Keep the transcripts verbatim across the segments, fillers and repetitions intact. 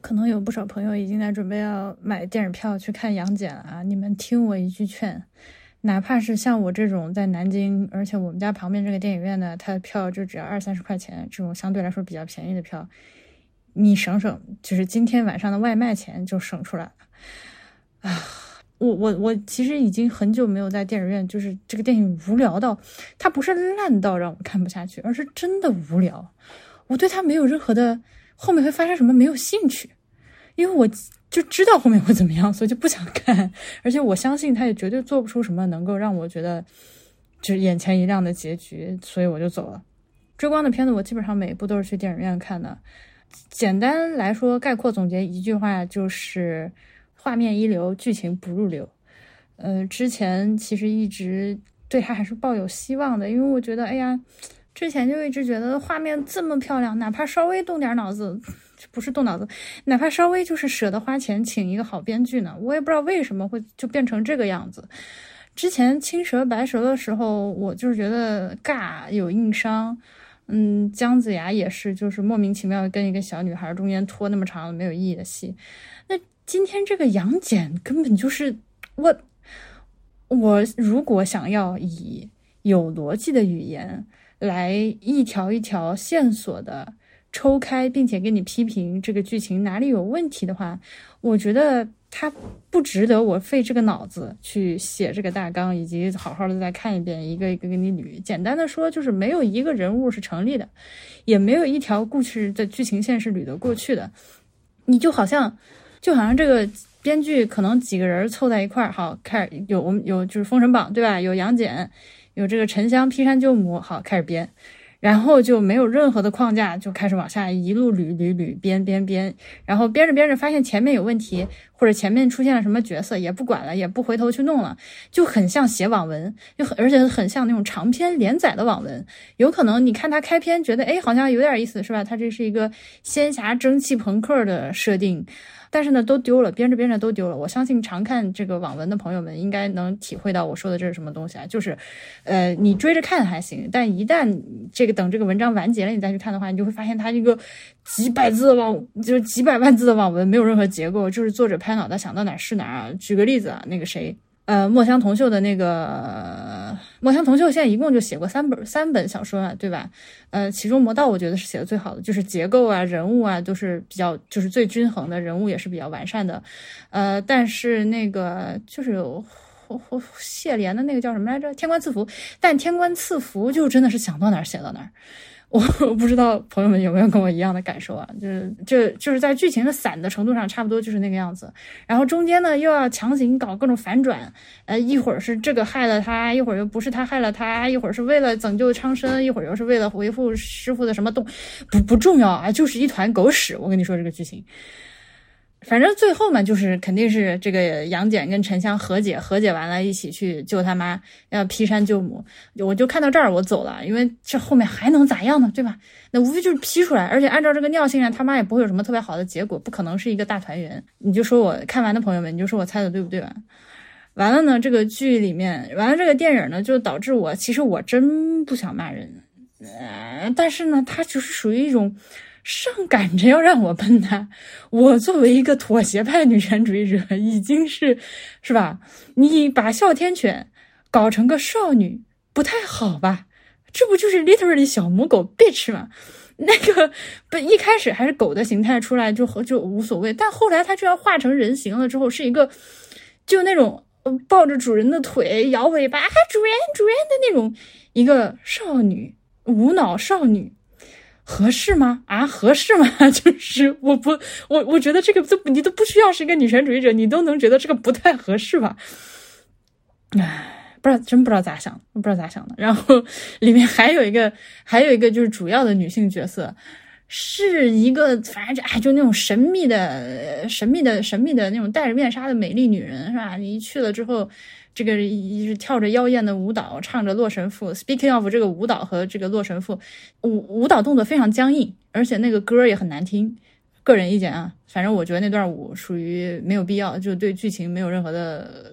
可能有不少朋友已经在准备要买电影票去看杨戬了啊！你们听我一句劝，哪怕是像我这种在南京，而且我们家旁边这个电影院呢，它的票就只要二三十块钱，这种相对来说比较便宜的票，你省省，就是今天晚上的外卖钱就省出来了啊！我我我其实已经很久没有在电影院，就是这个电影无聊到，它不是烂到让我看不下去，而是真的无聊，我对它没有任何的后面会发生什么没有兴趣。因为我就知道后面会怎么样，所以就不想看，而且我相信他也绝对做不出什么能够让我觉得就是眼前一亮的结局，所以我就走了。追光的片子我基本上每一部都是去电影院看的，简单来说概括总结一句话就是画面一流，剧情不入流。呃，之前其实一直对他还是抱有希望的，因为我觉得哎呀，之前就一直觉得画面这么漂亮，哪怕稍微动点脑子，不是动脑子，哪怕稍微就是舍得花钱请一个好编剧呢，我也不知道为什么会就变成这个样子。之前青蛇白蛇的时候，我就是觉得尬有硬伤，嗯，姜子牙也是，就是莫名其妙跟一个小女孩中间拖那么长没有意义的戏。那今天这个杨戬根本就是我，我如果想要以有逻辑的语言来一条一条线索的抽开，并且给你批评这个剧情哪里有问题的话，我觉得它不值得我费这个脑子去写这个大纲，以及好好的再看一遍，一个一个给你捋。简单的说，就是没有一个人物是成立的，也没有一条故事的剧情线是捋得过去的。你就好像，就好像这个编剧可能几个人凑在一块儿，好开始有我们有就是《封神榜》对吧？有杨戬，有这个沉香劈山救母，好开始编。然后就没有任何的框架，就开始往下一路捋捋捋编编编，然后编着编着发现前面有问题，或者前面出现了什么角色，也不管了，也不回头去弄了，就很像写网文，就很而且很像那种长篇连载的网文。有可能你看它开篇觉得哎好像有点意思是吧？它这是一个仙侠蒸汽朋克的设定。但是呢，都丢了，编着编着都丢了。我相信常看这个网文的朋友们应该能体会到我说的这是什么东西啊？就是，呃，你追着看还行，但一旦这个等这个文章完结了，你再去看的话，你就会发现它一个几百字的网，就是几百万字的网文，没有任何结构，就是作者拍脑袋想到哪儿是哪儿啊。举个例子啊，那个谁。呃，墨香铜臭的那个墨香铜臭现在一共就写过三本三本小说啊，对吧？呃，其中魔道我觉得是写的最好的，就是结构啊、人物啊都是比较就是最均衡的，人物也是比较完善的。呃，但是那个就是有谢怜的那个叫什么来着？天官赐福，但天官赐福就真的是想到哪儿写到哪儿。我不知道朋友们有没有跟我一样的感受啊？就是这就是在剧情的散的程度上，差不多就是那个样子。然后中间呢，又要强行搞各种反转，呃，一会儿是这个害了他，一会儿又不是他害了他，一会儿是为了拯救苍生，一会儿又是为了维护师傅的什么动，不不重要啊，就是一团狗屎。我跟你说这个剧情。反正最后嘛，就是肯定是这个杨戬跟沉香和解，和解完了一起去救他妈，要劈山救母。我就看到这儿我走了，因为这后面还能咋样呢，对吧？那无非就是劈出来，而且按照这个尿性啊，他妈也不会有什么特别好的结果，不可能是一个大团圆。你就说我看完的朋友们，你就说我猜的对不对吧？完了呢，这个剧里面，完了这个电影呢，就导致我其实我真不想骂人，呃，但是呢，它就是属于一种。上赶着要让我喷他，我作为一个妥协派女权主义者，已经是，是吧？你把哮天犬搞成个少女，不太好吧？这不就是 literally 小母狗 bitch 吗？那个不一开始还是狗的形态出来就就无所谓，但后来它就要化成人形了之后，是一个就那种抱着主人的腿摇尾巴，啊，主人主人的那种一个少女，无脑少女。合适吗？啊，合适吗？就是我不，我我觉得这个都你都不需要是一个女权主义者，你都能觉得这个不太合适吧？唉，不知道，真不知道咋想，不知道咋想的。然后里面还有一个，还有一个就是主要的女性角色，是一个反正就哎，就那种神秘的、神秘的、神秘的那种戴着面纱的美丽女人，是吧？你去了之后。这个是跳着妖艳的舞蹈，唱着洛神赋。Speaking of 这个舞蹈和这个洛神赋，舞舞蹈动作非常僵硬，而且那个歌也很难听。个人意见啊，反正我觉得那段舞属于没有必要，就对剧情没有任何的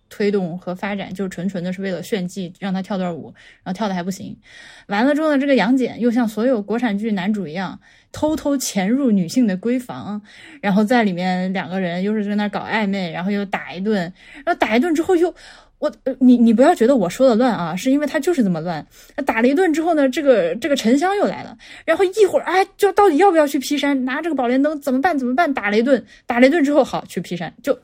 推动和发展，就纯纯的是为了炫技，让他跳段舞，然后跳的还不行。完了之后呢，这个杨戬又像所有国产剧男主一样，偷偷潜入女性的闺房，然后在里面两个人又是在那搞暧昧，然后又打一顿，然后打一顿之后又我你你不要觉得我说的乱啊，是因为他就是这么乱。打了一顿之后呢，这个这个沉香又来了，然后一会儿哎，就到底要不要去劈山？拿这个宝莲灯怎么办？怎么办？打了一顿，打了一顿之后好去劈山，就。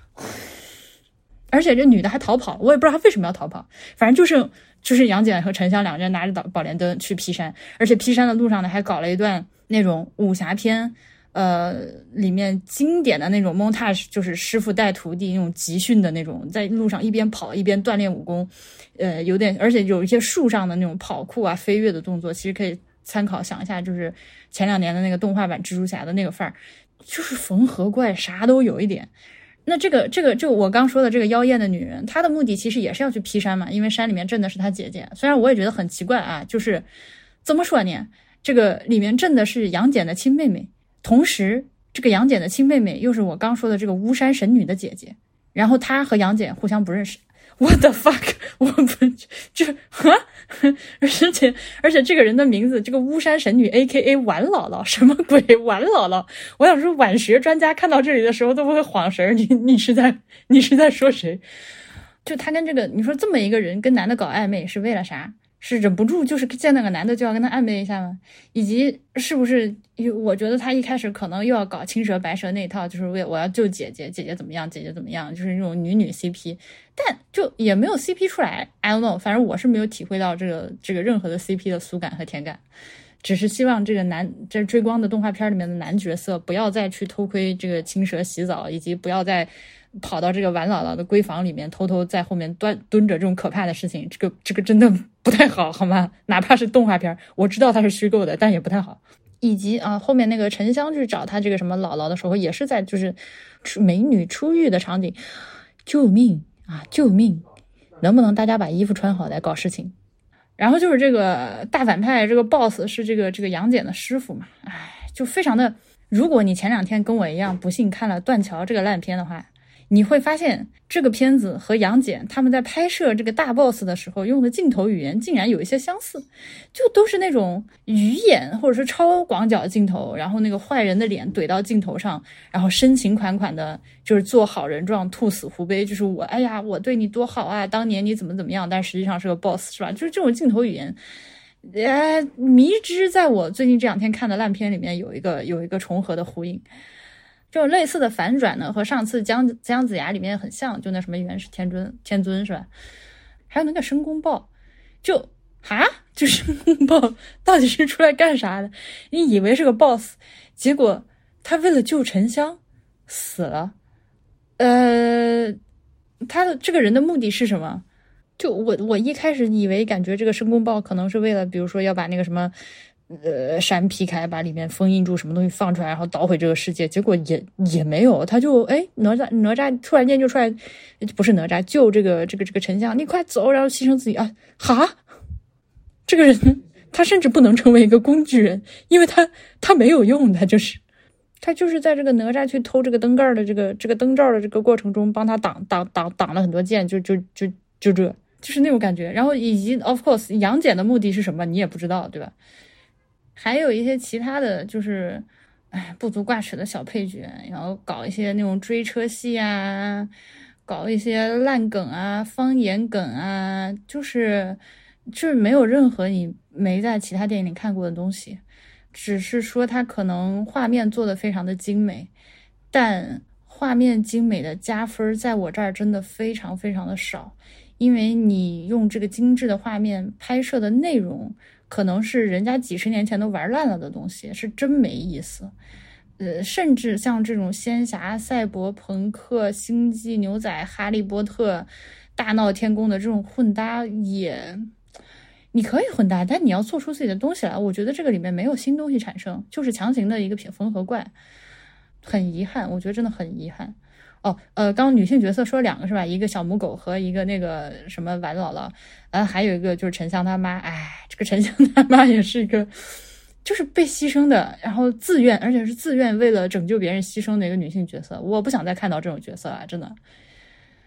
而且这女的还逃跑，我也不知道她为什么要逃跑，反正就是就是杨戬和沉香两个人拿着宝莲灯去劈山，而且劈山的路上呢还搞了一段那种武侠片，呃，里面经典的那种 montage， 就是师傅带徒弟那种集训的那种，在路上一边跑一边锻炼武功，呃，有点，而且有一些树上的那种跑酷啊、飞跃的动作，其实可以参考想一下，就是前两年的那个动画版蜘蛛侠的那个范儿，就是缝合怪啥都有一点。那这个这个就我刚说的这个妖艳的女人，她的目的其实也是要去劈山嘛，因为山里面镇的是她姐姐。虽然我也觉得很奇怪啊，就是怎么说呢，这个里面镇的是杨戬的亲妹妹，同时这个杨戬的亲妹妹又是我刚说的这个巫山神女的姐姐，然后她和杨戬互相不认识。What the fuck？ 我不就啊，而且而且这个人的名字，这个巫山神女 A K A 婉姥姥，什么鬼？婉姥姥？我想说，婉学专家看到这里的时候都不会晃神，你你是在你是在说谁？就他跟这个，你说这么一个人跟男的搞暧昧是为了啥？是忍不住就是见那个男的就要跟他暧昧一下吗？以及是不是我觉得他一开始可能又要搞青蛇白蛇那一套，就是为我要救姐姐，姐姐怎么样，姐姐怎么样，就是那种女女 C P， 但就也没有 C P 出来。 I don't know， 反正我是没有体会到这个这个任何的 C P 的酥感和甜感，只是希望这个男这追光的动画片里面的男角色不要再去偷窥这个青蛇洗澡，以及不要再跑到这个婉姥姥的闺房里面偷偷在后面蹲蹲着这种可怕的事情，这个这个真的不太好，好吗？哪怕是动画片，我知道它是虚构的，但也不太好。以及啊，后面那个沉香去找他这个什么姥姥的时候，也是在就是美女出浴的场景，救命啊，救命！能不能大家把衣服穿好再搞事情？然后就是这个大反派，这个 boss 是这个这个杨戬的师傅嘛，哎，就非常的。如果你前两天跟我一样不幸看了断桥这个烂片的话，你会发现这个片子和杨戬他们在拍摄这个大 boss 的时候用的镜头语言竟然有一些相似，就都是那种鱼眼或者是超广角镜头，然后那个坏人的脸怼到镜头上，然后深情款款的就是做好人状，兔死狐悲，就是我哎呀我对你多好啊，当年你怎么怎么样，但实际上是个 boss， 是吧？就是这种镜头语言呃，迷之在我最近这两天看的烂片里面有一个有一个重合的呼应。这种类似的反转呢，和上次姜姜子牙里面很像，就那什么元始天尊天尊是吧？还有那个申公豹，就哈，就申公豹到底是出来干啥的？你以为是个 boss， 结果他为了救沉香死了。呃，他的这个人的目的是什么？就我我一开始以为感觉这个申公豹可能是为了，比如说要把那个什么。呃，山劈开，把里面封印住什么东西放出来，然后捣毁这个世界。结果也也没有，他就哎，哪吒哪吒突然间就出来，不是哪吒救这个这个这个沉香，你快走，然后牺牲自己啊！哈，这个人他甚至不能成为一个工具人，因为他他没有用，他就是他就是在这个哪吒去偷这个灯盖的这个这个灯罩的这个过程中，帮他挡挡挡挡了很多剑，就就就就这就是那种感觉。然后以及 of course 杨戬的目的是什么，你也不知道，对吧？还有一些其他的就是，哎，不足挂齿的小配角，然后搞一些那种追车戏啊，搞一些烂梗啊、方言梗啊，就是就是没有任何你没在其他电影里看过的东西，只是说它可能画面做得非常的精美，但画面精美的加分在我这儿真的非常非常的少，因为你用这个精致的画面拍摄的内容。可能是人家几十年前都玩烂了的东西，是真没意思。呃，甚至像这种仙侠、赛博朋克、星际牛仔、哈利波特、大闹天宫的这种混搭也，你可以混搭，但你要做出自己的东西来。我觉得这个里面没有新东西产生，就是强行的一个品缝合怪，很遗憾，我觉得真的很遗憾。哦，呃，刚刚女性角色说两个是吧？一个小母狗和一个那个什么婉姥姥，呃，还有一个就是沉香他妈。哎，这个沉香他妈也是一个，就是被牺牲的，然后自愿，而且是自愿为了拯救别人牺牲的一个女性角色。我不想再看到这种角色啊，真的。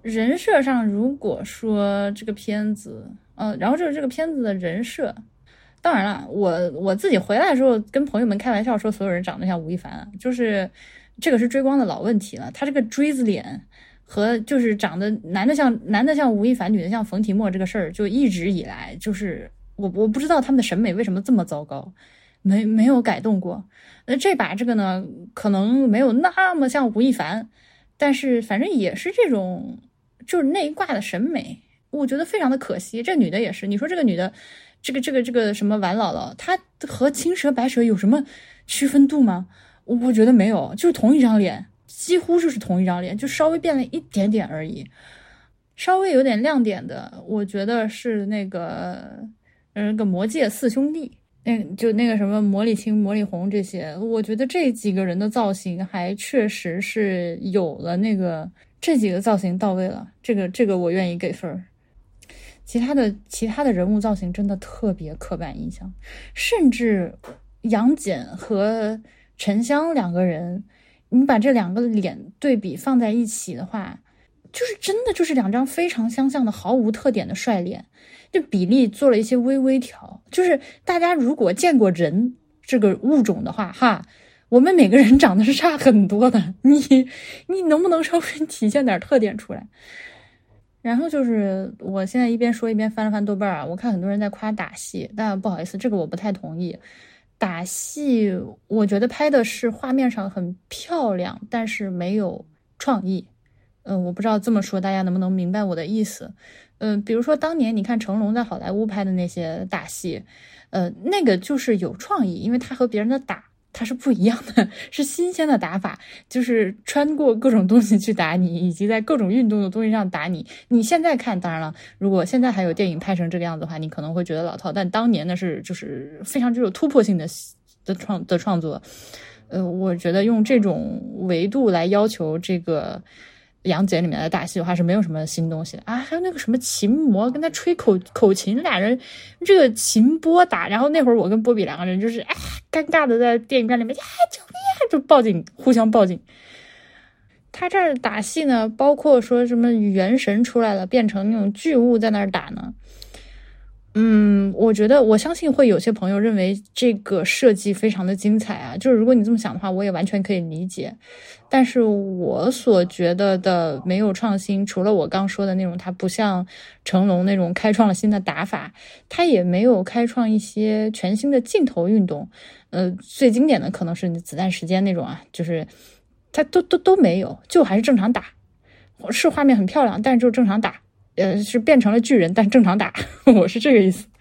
人设上，如果说这个片子，呃，然后就是这个片子的人设，当然了，我我自己回来的时候跟朋友们开玩笑说，所有人长得像吴亦凡，就是这个是追光的老问题了。他这个锥子脸和就是长得男的像男的像吴亦凡，女的像冯提莫这个事儿，就一直以来就是我我不知道他们的审美为什么这么糟糕，没没有改动过。那这把这个呢，可能没有那么像吴亦凡，但是反正也是这种。就是那一挂的审美，我觉得非常的可惜。这女的也是，你说这个女的，这个这个这个什么婉姥姥，她和青蛇白蛇有什么区分度吗？我觉得没有，就是同一张脸，几乎就是同一张脸，就稍微变了一点点而已。稍微有点亮点的，我觉得是那个呃，那个魔戒四兄弟，那就那个什么魔力青、魔力红这些，我觉得这几个人的造型还确实是有了那个。这几个造型到位了，这个这个我愿意给分。其他的其他的人物造型真的特别刻板印象，甚至杨戬和沉香两个人，你把这两个脸对比放在一起的话，就是真的就是两张非常相像的毫无特点的帅脸，就比例做了一些微微调。就是大家如果见过人这个物种的话，哈。我们每个人长得是差很多的，你你能不能稍微体现点特点出来？然后就是我现在一边说一边翻了翻豆瓣啊，我看很多人在夸打戏，但不好意思，这个我不太同意。打戏我觉得拍的是画面上很漂亮，但是没有创意。嗯、呃，我不知道这么说大家能不能明白我的意思。嗯、呃，比如说当年你看成龙在好莱坞拍的那些打戏，呃，那个就是有创意，因为他和别人的打。它是不一样的，是新鲜的打法，就是穿过各种东西去打你，以及在各种运动的东西上打你。你现在看，当然了，如果现在还有电影拍成这个样子的话，你可能会觉得老套，但当年的是就是非常具有突破性的的创的创作。呃，我觉得用这种维度来要求这个杨戬里面的打戏的话是没有什么新东西的啊。还有那个什么琴魔跟他吹口口琴，俩人这个琴波打，然后那会儿我跟波比两个人就是哎尴尬的在电影院里面呀救命啊，就报警，互相报警。他这儿打戏呢，包括说什么元神出来了变成那种巨物在那儿打呢，嗯，我觉得我相信会有些朋友认为这个设计非常的精彩啊，就是如果你这么想的话，我也完全可以理解。但是我所觉得的没有创新，除了我刚说的那种，它不像成龙那种开创了新的打法，它也没有开创一些全新的镜头运动。呃，最经典的可能是子弹时间那种啊，就是它都都都没有，就还是正常打，是画面很漂亮，但是就正常打。呃，是变成了巨人，但正常打，我是这个意思。